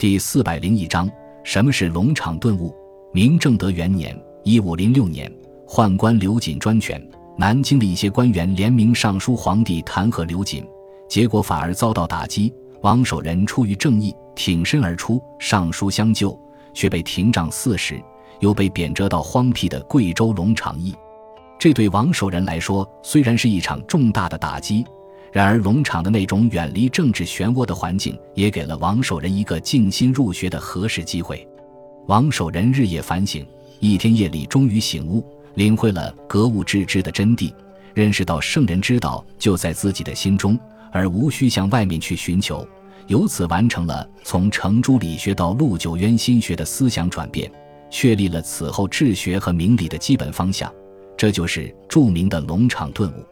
第401章，什么是龙场顿悟？明正德元年1506年，宦官刘瑾专权，南京的一些官员联名上书皇帝弹劾刘瑾，结果反而遭到打击。王守仁出于正义，挺身而出，上书相救，却被廷杖40，又被贬谪到荒僻的贵州龙场驿。这对王守仁来说虽然是一场重大的打击，然而龙场的那种远离政治漩涡的环境也给了王守仁一个静心入学的合适机会。王守仁日夜反省，一天夜里终于醒悟，领会了格物致知的真谛，认识到圣人之道就在自己的心中，而无需向外面去寻求，由此完成了从程朱理学到陆九渊心学的思想转变，确立了此后治学和明理的基本方向。这就是著名的龙场顿悟。